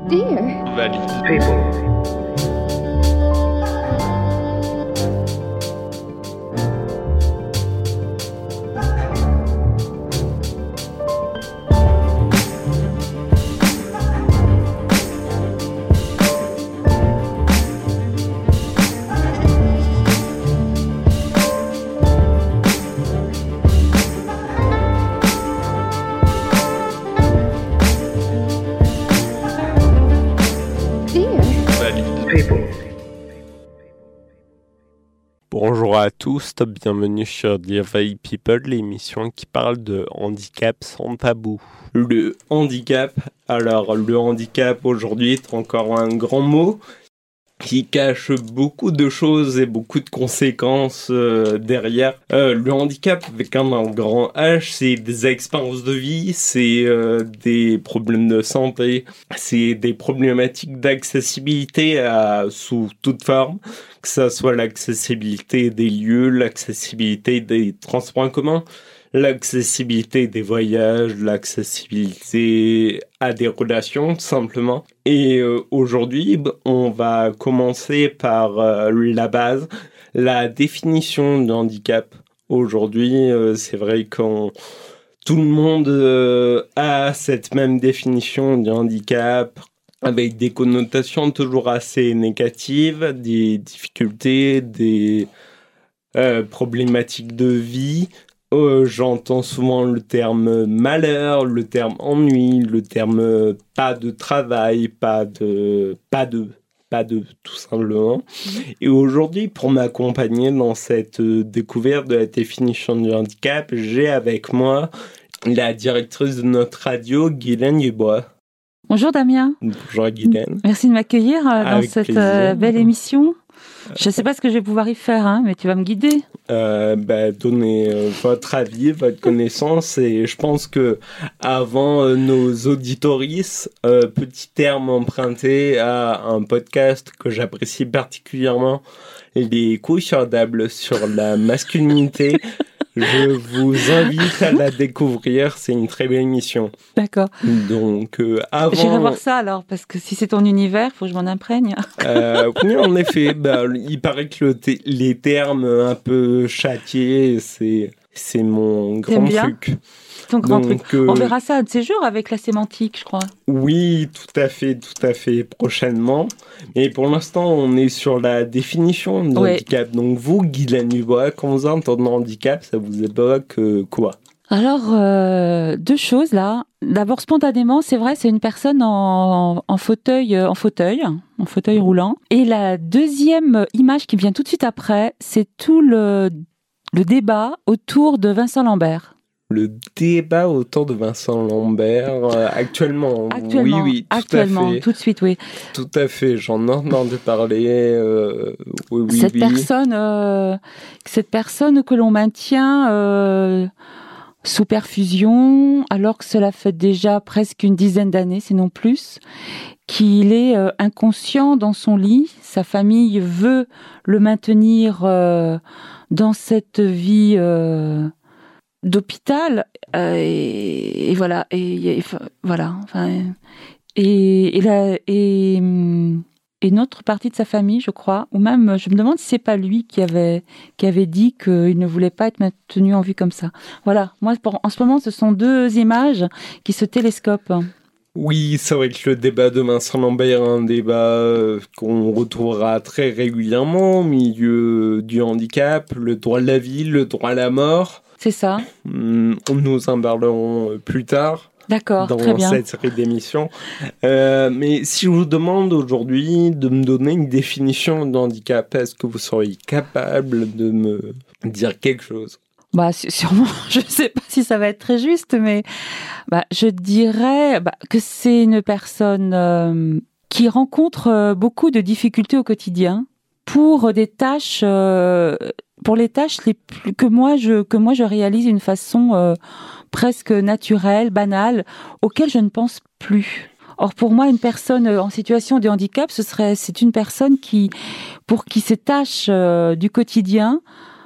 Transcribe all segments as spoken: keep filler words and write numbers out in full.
Dear. Valid people. Bonjour à tous, bienvenue sur Dear Valid People, l'émission qui parle de handicap sans tabou. Le handicap, alors le handicap aujourd'hui est encore un grand mot qui cache beaucoup de choses et beaucoup de conséquences euh, derrière. Euh, le handicap avec un, un grand H, c'est des expériences de vie, c'est euh, des problèmes de santé, c'est des problématiques d'accessibilité à, sous toute forme, que ça soit l'accessibilité des lieux, l'accessibilité des transports en commun, l'accessibilité des voyages, l'accessibilité à des relations, tout simplement. Et euh, aujourd'hui, on va commencer par euh, la base, la définition de handicap. Aujourd'hui, euh, c'est vrai que tout le monde euh, a cette même définition de handicap, avec des connotations toujours assez négatives, des difficultés, des euh, problématiques de vie. Euh, j'entends souvent le terme malheur, le terme ennui, le terme pas de travail, pas de, pas de, pas de, tout simplement. Et aujourd'hui, pour m'accompagner dans cette découverte de la définition du handicap, j'ai avec moi la directrice de notre radio, Guylaine Dubois. Bonjour Damien. Bonjour Guylaine. Merci de m'accueillir dans Avec cette plaisir. belle émission. Je ne sais pas ce que je vais pouvoir y faire, hein, mais tu vas me guider. Euh, bah, donnez euh, votre avis, votre connaissance, et je pense que avant euh, nos auditorices, euh, petit terme emprunté à un podcast que j'apprécie particulièrement, les couilles sur table sur la masculinité. Je vous invite à la découvrir, c'est une très belle émission. D'accord. Donc, euh, avant... J'irai voir ça alors, parce que si c'est ton univers, il faut que je m'en imprègne. euh, oui, en effet, bah, il paraît que le t- les termes un peu châtiés, c'est, c'est mon grand truc. Ton grand Donc, truc. Euh... On verra ça un de ces jours avec la sémantique, je crois. Oui, tout à fait, tout à fait, prochainement. Mais pour l'instant, on est sur la définition de ouais. handicap. Donc vous, Guylaine Dubois, quand vous entendez handicap, ça vous évoque euh, quoi ? Alors, euh, deux choses là. D'abord, spontanément, c'est vrai, c'est une personne en, en fauteuil, en fauteuil, en fauteuil roulant. Et la deuxième image qui vient tout de suite après, c'est tout le, le débat autour de Vincent Lambert. Le débat autour de Vincent Lambert, euh, actuellement, actuellement, oui, oui, tout actuellement, à fait. tout de suite, oui. Tout à fait, j'en ai entendu parler, euh, oui, oui, cette oui. Personne, euh, cette personne que l'on maintient euh, sous perfusion, alors que cela fait déjà presque une dizaine d'années, sinon plus, qu'il est euh, inconscient dans son lit, sa famille veut le maintenir euh, dans cette vie... Euh, d'hôpital euh, et, et voilà et, et voilà enfin et et la et et une autre partie de sa famille, je crois, ou même je me demande si c'est pas lui qui avait qui avait dit qu'il ne voulait pas être maintenu en vie comme ça. Voilà, moi pour, en ce moment ce sont deux images qui se télescopent. Oui, c'est vrai que le débat de Vincent Lambert est un débat qu'on retrouvera très régulièrement au milieu du handicap, le droit de la vie, le droit à la mort. C'est ça. Nous en parlerons plus tard. D'accord, dans très bien. cette série d'émissions. Euh, mais si je vous demande aujourd'hui de me donner une définition de handicap, est-ce que vous seriez capable de me dire quelque chose ? Bah, sûrement, je ne sais pas si ça va être très juste, mais bah, je dirais bah, que c'est une personne euh, qui rencontre euh, beaucoup de difficultés au quotidien pour des tâches... Euh, pour les tâches les plus, que moi je que moi je réalise d'une façon euh, presque naturelle, banale, auxquelles je ne pense plus. Or pour moi, une personne en situation de handicap, ce serait c'est une personne qui pour qui ces tâches euh, du quotidien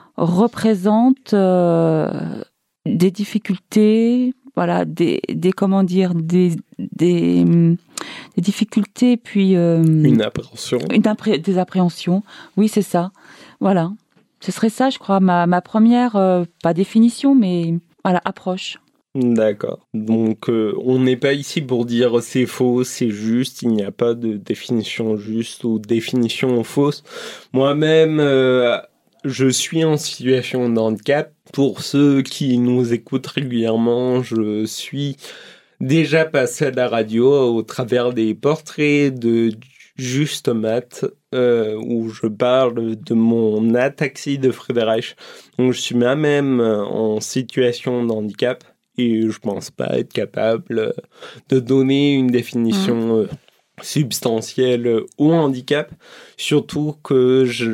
représentent euh, des difficultés, voilà, des des comment dire des des des des difficultés, puis... Euh, une appréhension. Une appré- des appréhensions, oui, c'est ça. Voilà. Ce serait ça, je crois, ma, ma première, euh, pas définition, mais voilà, approche. D'accord. Donc, euh, on n'est pas ici pour dire c'est faux, c'est juste. Il n'y a pas de définition juste ou définition fausse. Moi-même, euh, je suis en situation de handicap. Pour ceux qui nous écoutent régulièrement, je suis déjà passé à la radio au travers des portraits de Juste Math, euh, où je parle de mon ataxie de Friedreich. Donc, je suis moi-même en situation de handicap. Et je pense pas être capable de donner une définition mmh. substantielle au handicap. Surtout que je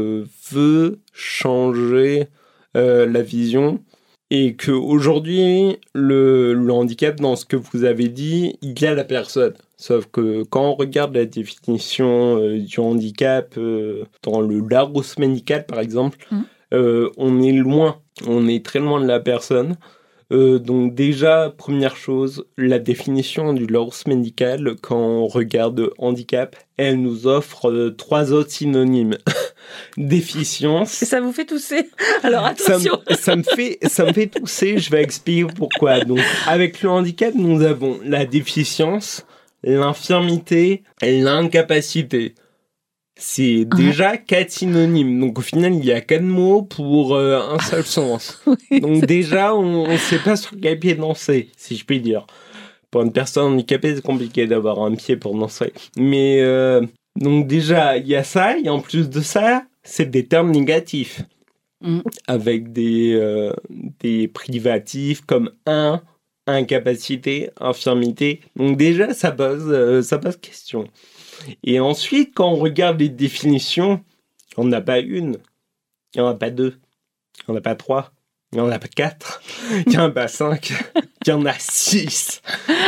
veux changer euh, la vision. Et qu'aujourd'hui, le, le handicap, dans ce que vous avez dit, il y a la personne. Sauf que quand on regarde la définition euh, du handicap euh, dans le Larousse médical, par exemple, mmh. euh, on est loin. On est très loin de la personne. Euh, donc déjà, première chose, la définition du Larousse médical, quand on regarde handicap, elle nous offre euh, trois autres synonymes. Déficience. Ça vous fait tousser. Alors attention. Ça me, ça me fait, ça me fait tousser, je vais expliquer pourquoi. Donc avec le handicap, nous avons la déficience, l'infirmité et l'incapacité. C'est déjà ah. quatre synonymes. Donc, au final, il y a quatre mots pour euh, un seul sens. Oui, donc, c'est... déjà, on ne sait pas sur quel pied danser, si je puis dire. Pour une personne handicapée, c'est compliqué d'avoir un pied pour danser. Mais, euh, donc déjà, il y a ça. Et en plus de ça, c'est des termes négatifs. Mm. Avec des, euh, des privatifs comme un, incapacité, infirmité. Donc, déjà, ça pose, euh, ça pose question. Et ensuite, quand on regarde les définitions, il n'y en a pas une, il n'y en a pas deux, il n'y en a pas trois, il n'y en a pas quatre, il n'y en a pas cinq, il y en a six.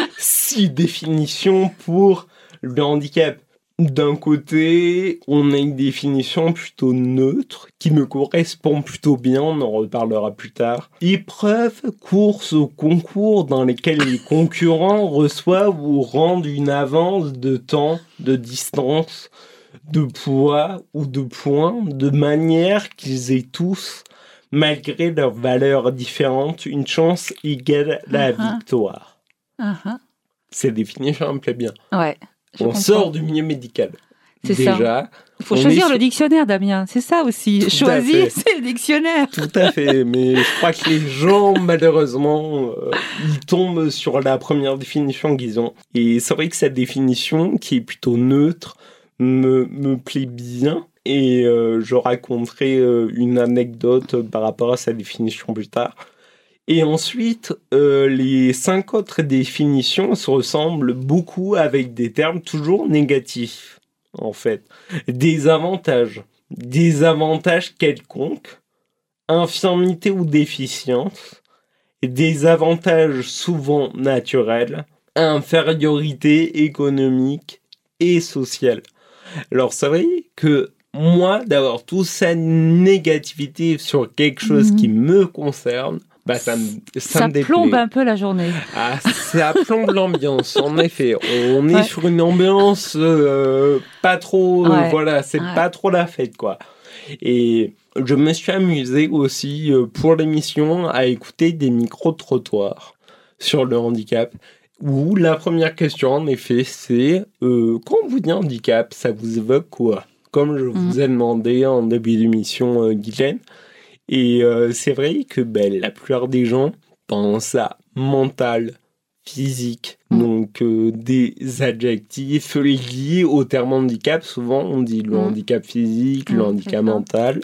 Six définitions pour le handicap. D'un côté, on a une définition plutôt neutre, qui me correspond plutôt bien, on en reparlera plus tard. Épreuves, courses ou concours dans lesquels les concurrents reçoivent ou rendent une avance de temps, de distance, de poids ou de points, de manière qu'ils aient tous, malgré leurs valeurs différentes, une chance égale à la uh-huh. victoire. Uh-huh. Cette définition me plaît bien. Ouais. Je on comprends. Sort du milieu médical. C'est Déjà, ça. Il faut choisir sur... le dictionnaire, Damien. C'est ça aussi. Tout Choisir, c'est le dictionnaire. Tout à fait. Mais je crois que les gens, malheureusement, euh, ils tombent sur la première définition qu'ils ont. Et c'est vrai que cette définition, qui est plutôt neutre, me, me plaît bien. Et euh, je raconterai euh, une anecdote par rapport à sa définition plus tard. Et ensuite, euh, les cinq autres définitions se ressemblent beaucoup avec des termes toujours négatifs, en fait. Désavantages. Désavantages quelconques, infirmité ou déficience, désavantages souvent naturels, infériorité économique et sociale. Alors, c'est vrai que moi, d'avoir toute cette négativité sur quelque chose mmh. qui me concerne, bah, ça me, ça ça me plombe un peu la journée. Ah, ça plombe l'ambiance, en effet. On est ouais. sur une ambiance euh, pas trop... Ouais. Euh, voilà, c'est ouais. pas trop la fête, quoi. Et je me suis amusé aussi, euh, pour l'émission, à écouter des micro-trottoirs sur le handicap, où la première question, en effet, c'est euh, quand on vous dit handicap, ça vous évoque quoi ? Comme je vous mmh. ai demandé en début d'émission, euh, Guylaine. Et euh, c'est vrai que ben, la plupart des gens pensent à mental, physique, mmh. donc euh, des adjectifs liés au terme handicap. Souvent, on dit le mmh. handicap physique, mmh, le handicap mental.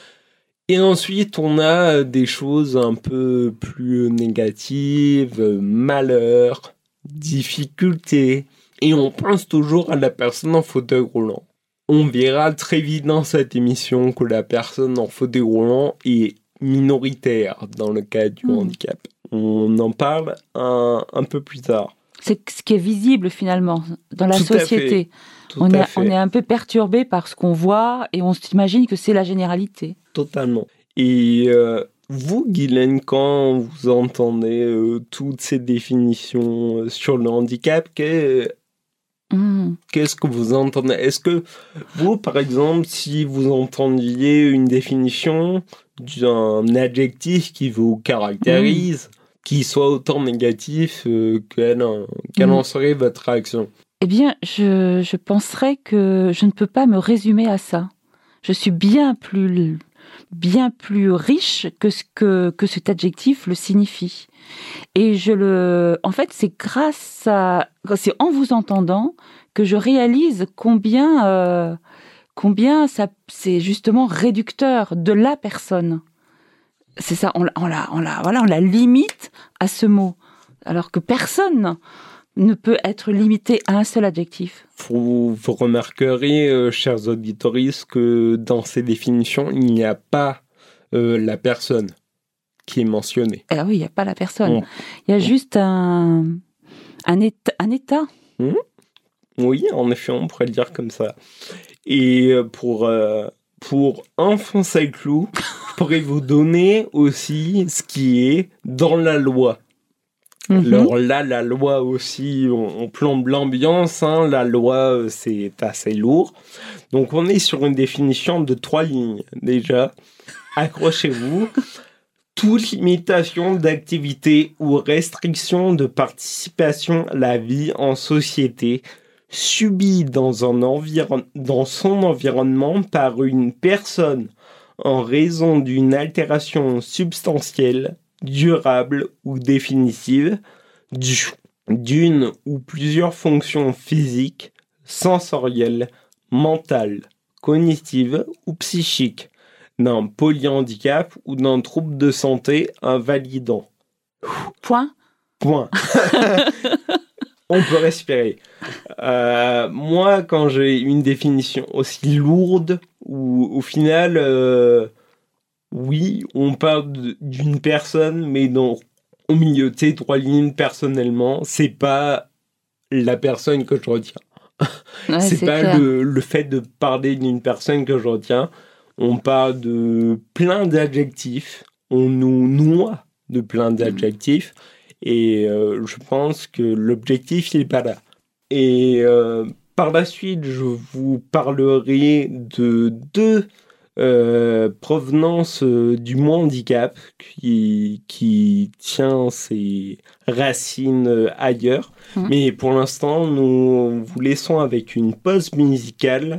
Et ensuite, on a des choses un peu plus négatives, malheur, difficulté. Et on pense toujours à la personne en fauteuil roulant. On verra très vite dans cette émission que la personne en fauteuil roulant est minoritaire dans le cas du mmh. handicap. On en parle un, un peu plus tard. C'est ce qui est visible finalement dans la Tout société. On est, on est un peu perturbé par ce qu'on voit et on s'imagine que c'est la généralité. Totalement. Et euh, vous, Guylaine, quand vous entendez euh, toutes ces définitions sur le handicap, que... Mmh. Qu'est-ce que vous entendez? Est-ce que vous, par exemple, si vous entendiez une définition d'un adjectif qui vous caractérise, mmh. qui soit autant négatif euh, quelle, quelle mmh. en serait votre réaction? Eh bien, je, je penserais que je ne peux pas me résumer à ça. Je suis bien plus, bien plus riche que ce que, que cet adjectif le signifie. Et je le, en fait, c'est grâce à, c'est en vous entendant que je réalise combien, euh, combien ça, c'est justement réducteur de la personne. C'est ça, on, on la, on la, voilà, on la limite à ce mot, alors que personne ne peut être limité à un seul adjectif. Vous, vous remarquerez, euh, chers auditeurs, que dans ces définitions, il n'y a pas euh, la personne qui est mentionnée. Ah oui, il n'y a pas la personne. Bon. Il y a juste un, un, état, un état. Mmh. Oui, en effet, on pourrait le dire comme ça. Et pour, euh, pour enfoncer le clou, je pourrais vous donner aussi ce qui est dans la loi. Mmh. Alors là, la loi aussi, on, on plombe l'ambiance. Hein. La loi, c'est assez lourd. Donc, on est sur une définition de trois lignes. Déjà, accrochez-vous. Toute limitation d'activité ou restriction de participation à la vie en société subie dans, un environ... dans son environnement par une personne en raison d'une altération substantielle, durable ou définitive d'une ou plusieurs fonctions physiques, sensorielles, mentales, cognitives ou psychiques, d'un polyhandicap ou d'un trouble de santé invalidant. Point. Point. On peut respirer. Euh, moi, quand j'ai une définition aussi lourde, où au final... Euh, oui, on parle d'une personne, mais dans, au milieu de ces trois lignes, personnellement, c'est pas la personne que je retiens. Ouais, c'est, c'est pas le, le fait de parler d'une personne que je retiens. On parle de plein d'adjectifs. On nous noie de plein d'adjectifs. Et euh, je pense que l'objectif, il n'est pas là. Et euh, par la suite, je vous parlerai de deux... Euh, provenance euh, du mot handicap qui, qui tient ses racines euh, ailleurs. Mmh. Mais pour l'instant, nous vous laissons avec une pause musicale.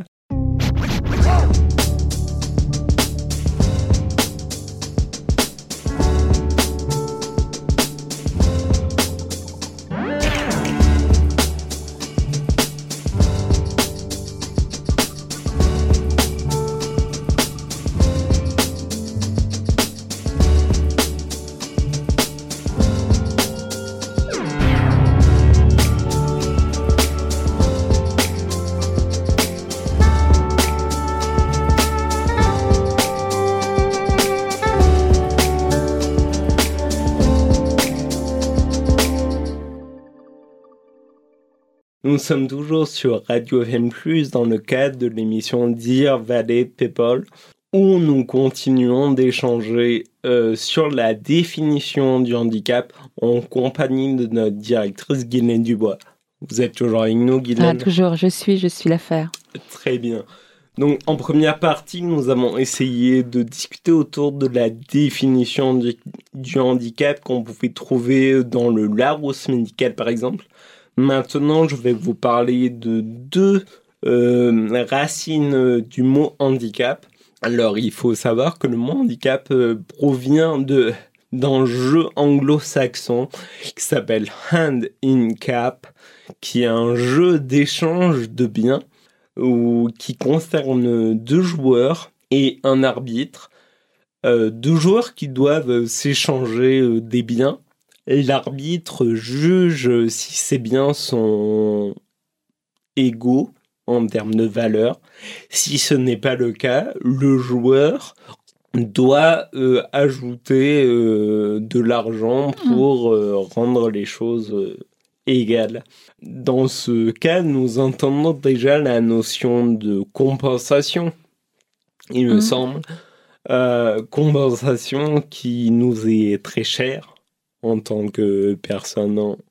Nous sommes toujours sur Radio F M plus, dans le cadre de l'émission Dear Valid People, où nous continuons d'échanger euh, sur la définition du handicap en compagnie de notre directrice Guylaine Dubois. Vous êtes toujours avec nous, Guylaine? Ah, toujours, je suis, je suis l'affaire. Très bien. Donc, en première partie, nous avons essayé de discuter autour de la définition du, du handicap qu'on pouvait trouver dans le Larousse médical, par exemple. Maintenant, je vais vous parler de deux euh, racines du mot handicap. Alors, il faut savoir que le mot handicap euh, provient de, d'un jeu anglo-saxon qui s'appelle Hand in Cap, qui est un jeu d'échange de biens ou qui concerne deux joueurs et un arbitre. Euh, deux joueurs qui doivent s'échanger euh, des biens. L'arbitre juge si ces biens sont égaux en termes de valeur. Si ce n'est pas le cas, le joueur doit euh, ajouter euh, de l'argent pour euh, rendre les choses euh, égales. Dans ce cas, nous entendons déjà la notion de compensation, il me mmh. semble. Euh, compensation qui nous est très chère en tant que personne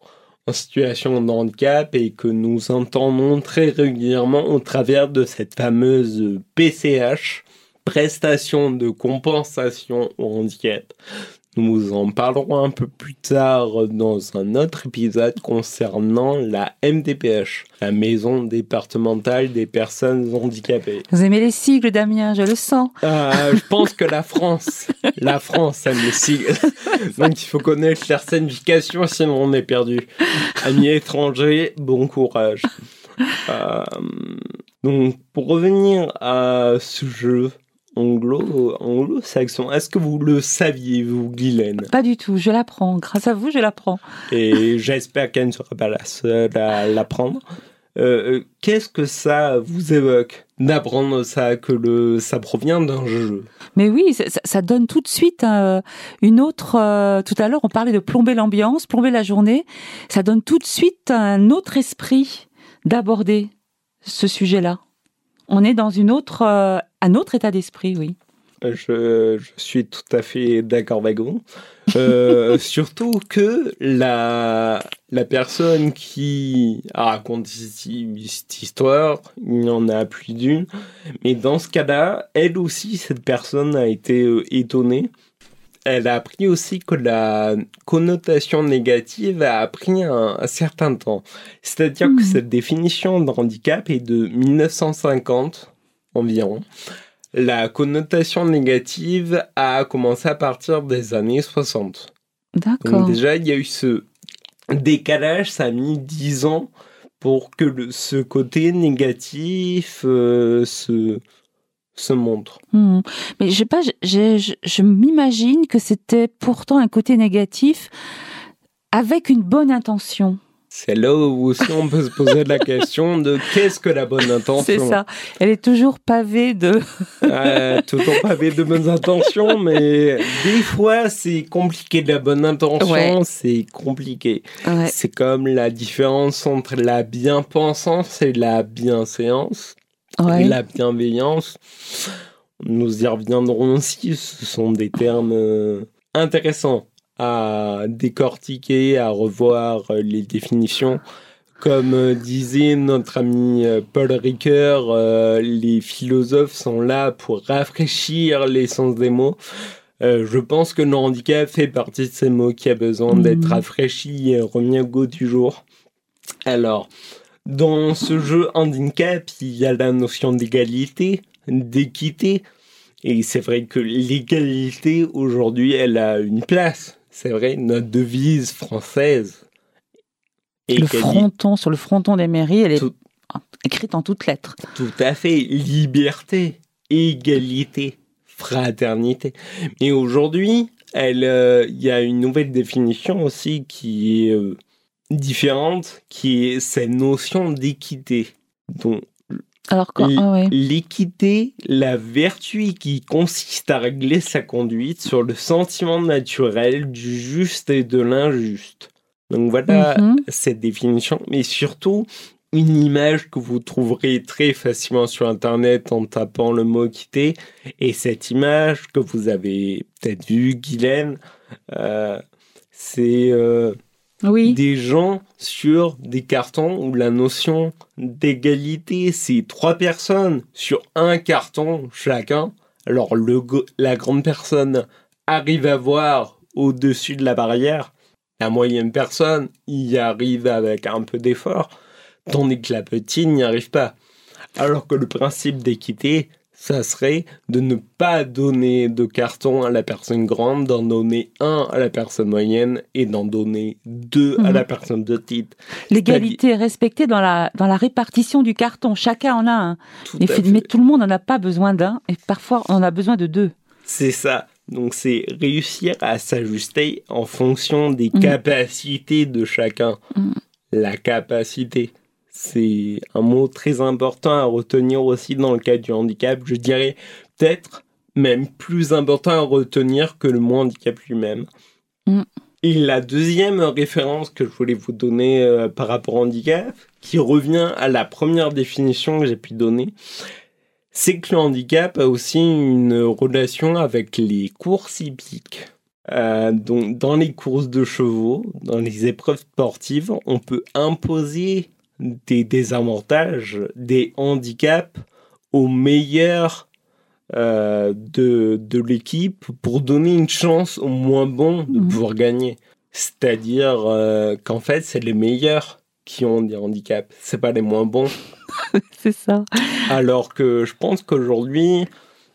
en situation de handicap et que nous entendons très régulièrement au travers de cette fameuse P C H, prestation de compensation au handicap. Nous en parlerons un peu plus tard dans un autre épisode concernant la M D P H, la Maison départementale des personnes handicapées. Vous aimez les sigles, Damien, je le sens. Euh, je pense que la France, la France aime les sigles. Donc il faut connaître leur signification, sinon on est perdu. Amis étrangers, bon courage. Euh, donc pour revenir à ce jeu, Anglo, anglo-saxon. Est-ce que vous le saviez, vous, Guylaine ? Pas du tout, je l'apprends. Grâce à vous, je l'apprends. Et j'espère qu'elle ne sera pas la seule à l'apprendre. Euh, qu'est-ce que ça vous évoque d'apprendre ça, que le, ça provient d'un jeu ? Mais oui, ça, ça donne tout de suite euh, une autre... Euh, tout à l'heure, on parlait de plomber l'ambiance, plomber la journée. Ça donne tout de suite un autre esprit d'aborder ce sujet-là. On est dans une autre, euh, un autre état d'esprit, oui. Je, je suis tout à fait d'accord avec vous. Euh, surtout que la, la personne qui raconte ici cette histoire, il y en a plus d'une, mais dans ce cas-là, elle aussi, cette personne a été euh, étonnée. Elle a appris aussi que la connotation négative a pris un, un certain temps. C'est-à-dire mmh. que cette définition de handicap est de mille neuf cent cinquante environ. La connotation négative a commencé à partir des années soixante. D'accord. Donc déjà, il y a eu ce décalage, ça a mis dix ans pour que le, ce côté négatif euh, se... se montre. Mmh. Mais je sais pas, je, je, je m'imagine que c'était pourtant un côté négatif avec une bonne intention. C'est là où aussi on peut se poser la question de qu'est-ce que la bonne intention ? C'est ça. Elle est toujours pavée de... euh, toujours pavée de bonnes intentions, mais des fois c'est compliqué. La bonne intention, ouais. c'est compliqué. Ouais. C'est comme la différence entre la bien-pensance et la bienséance. Ouais. Et la bienveillance, nous y reviendrons aussi, ce sont des termes euh, intéressants à décortiquer, à revoir euh, les définitions. Comme euh, disait notre ami euh, Paul Ricoeur, euh, les philosophes sont là pour rafraîchir l'essence des mots. Euh, je pense que le handicap fait partie de ces mots qui a besoin mmh. d'être rafraîchi et remis au goût du jour. Alors... Dans ce jeu handicap, il y a la notion d'égalité, d'équité. Et c'est vrai que l'égalité, aujourd'hui, elle a une place. C'est vrai, notre devise française. Le fronton, sur le fronton des mairies, elle est tout, écrite en toutes lettres. Tout à fait. Liberté, égalité, fraternité. Mais aujourd'hui, il euh, y a une nouvelle définition aussi qui est... Euh, différente, qui est cette notion d'équité. Donc, Alors, quoi l- ah ouais. l'équité, la vertu qui consiste à régler sa conduite sur le sentiment naturel du juste et de l'injuste. Donc voilà mm-hmm. cette définition, mais surtout une image que vous trouverez très facilement sur Internet en tapant le mot équité, et cette image que vous avez peut-être vue, Guylaine, euh, c'est... Euh, Oui. Des gens sur des cartons où la notion d'égalité, c'est trois personnes sur un carton chacun. Alors le, la grande personne arrive à voir au-dessus de la barrière. La moyenne personne y arrive avec un peu d'effort, tandis que la petite n'y arrive pas. Alors que le principe d'équité, ça serait de ne pas donner de carton à la personne grande, d'en donner un à la personne moyenne et d'en donner deux mmh. à la personne petite. L'égalité est respectée dans la, dans la répartition du carton. Chacun en a un. Mais, fait. mais tout le monde n'en a pas besoin d'un et parfois on en a besoin de deux. C'est ça. Donc c'est réussir à s'ajuster en fonction des mmh. capacités de chacun. Mmh. La capacité. C'est un mot très important à retenir aussi dans le cas du handicap. Je dirais peut-être même plus important à retenir que le mot handicap lui-même. Mm. Et la deuxième référence que je voulais vous donner euh, par rapport au handicap, qui revient à la première définition que j'ai pu donner, c'est que le handicap a aussi une relation avec les courses hippiques. Euh, donc, dans les courses de chevaux, dans les épreuves sportives, on peut imposer des désavantages, des handicaps aux meilleurs euh, de, de l'équipe pour donner une chance aux moins bons de Mmh. pouvoir gagner. C'est-à-dire euh, qu'en fait, c'est les meilleurs qui ont des handicaps, c'est pas les moins bons. C'est ça. Alors que je pense qu'aujourd'hui,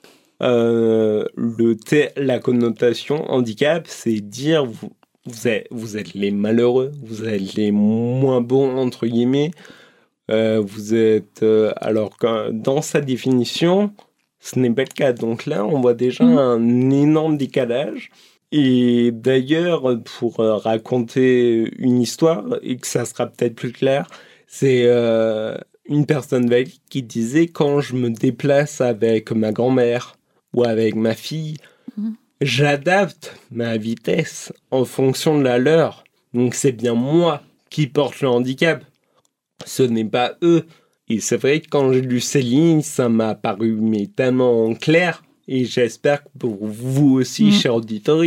euh, le thé- la connotation handicap, c'est dire vous, vous, êtes, vous êtes les malheureux, vous êtes les moins bons, entre guillemets. Euh, vous êtes. euh, alors que dans sa définition, ce n'est pas le cas. Donc là, on voit déjà Mmh. un énorme décalage. Et d'ailleurs, pour euh, raconter une histoire, et que ça sera peut-être plus clair, c'est euh, une personne valide qui disait quand je me déplace avec ma grand-mère ou avec ma fille, Mmh. j'adapte ma vitesse en fonction de la leur. Donc c'est bien moi qui porte le handicap. Ce n'est pas eux. Et c'est vrai que quand j'ai lu ces lignes, ça m'a paru mais tellement clair. Et j'espère que pour vous aussi, Mmh. chers auditeurs,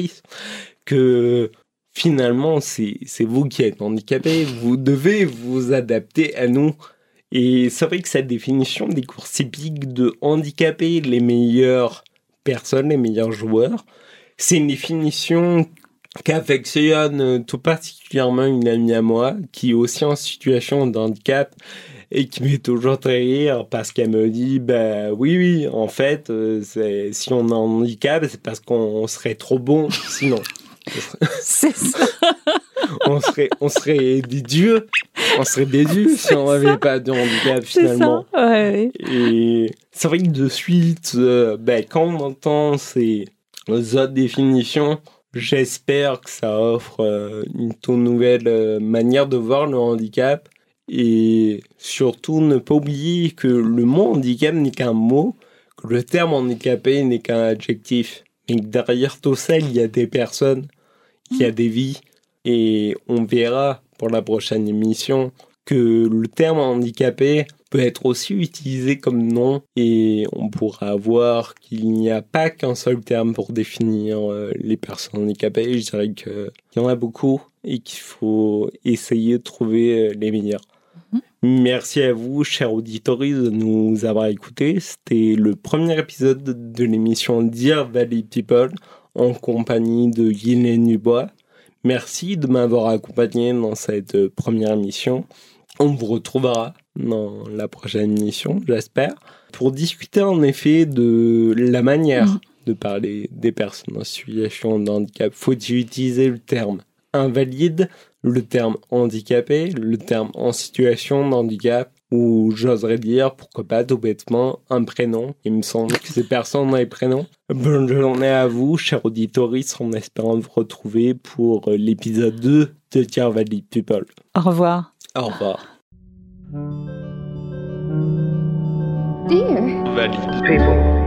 que finalement, c'est, c'est vous qui êtes handicapés. Vous devez vous adapter à nous. Et c'est vrai que cette définition des courses hippiques de handicapés, les meilleures personnes, les meilleurs joueurs, c'est une définition qu'affectionne tout particulièrement une amie à moi qui est aussi en situation de handicap et qui me fait toujours très rire parce qu'elle me dit bah oui oui en fait euh, c'est, si on a un handicap c'est parce qu'on serait trop bon sinon C'est ça. on serait on serait des dieux on serait des dieux si on n'avait pas de handicap finalement. C'est ça. Ouais. Et c'est vrai que de suite euh, bah, quand on entend ces autres définitions, j'espère que ça offre euh, une toute nouvelle euh, manière de voir le handicap et surtout ne pas oublier que le mot handicap n'est qu'un mot, que le terme handicapé n'est qu'un adjectif, mais que derrière tout ça, il y a des personnes, il y a des vies et on verra pour la prochaine émission que le terme handicapé peut être aussi utilisé comme nom et on pourra voir qu'il n'y a pas qu'un seul terme pour définir euh, les personnes handicapées. Je dirais qu'il y en a beaucoup et qu'il faut essayer de trouver euh, les meilleurs. Mhm. Merci à vous, chers auditeurs, de nous avoir écoutés. C'était le premier épisode de l'émission Dear Valley People en compagnie de Guylaine Dubois. Merci de m'avoir accompagné dans cette première émission. On vous retrouvera dans la prochaine émission, j'espère, pour discuter en effet de la manière mmh. de parler des personnes en situation de handicap. Faut-il utiliser le terme invalide, le terme handicapé, le terme en situation de handicap, ou j'oserais dire, pourquoi pas tout bêtement, un prénom. Il me semble que ces personnes ont des prénoms. Bonne journée à vous, chers auditeurs, en espérant vous retrouver pour l'épisode deux de Dear Valley People. Au revoir. Au revoir. Dear Valley People.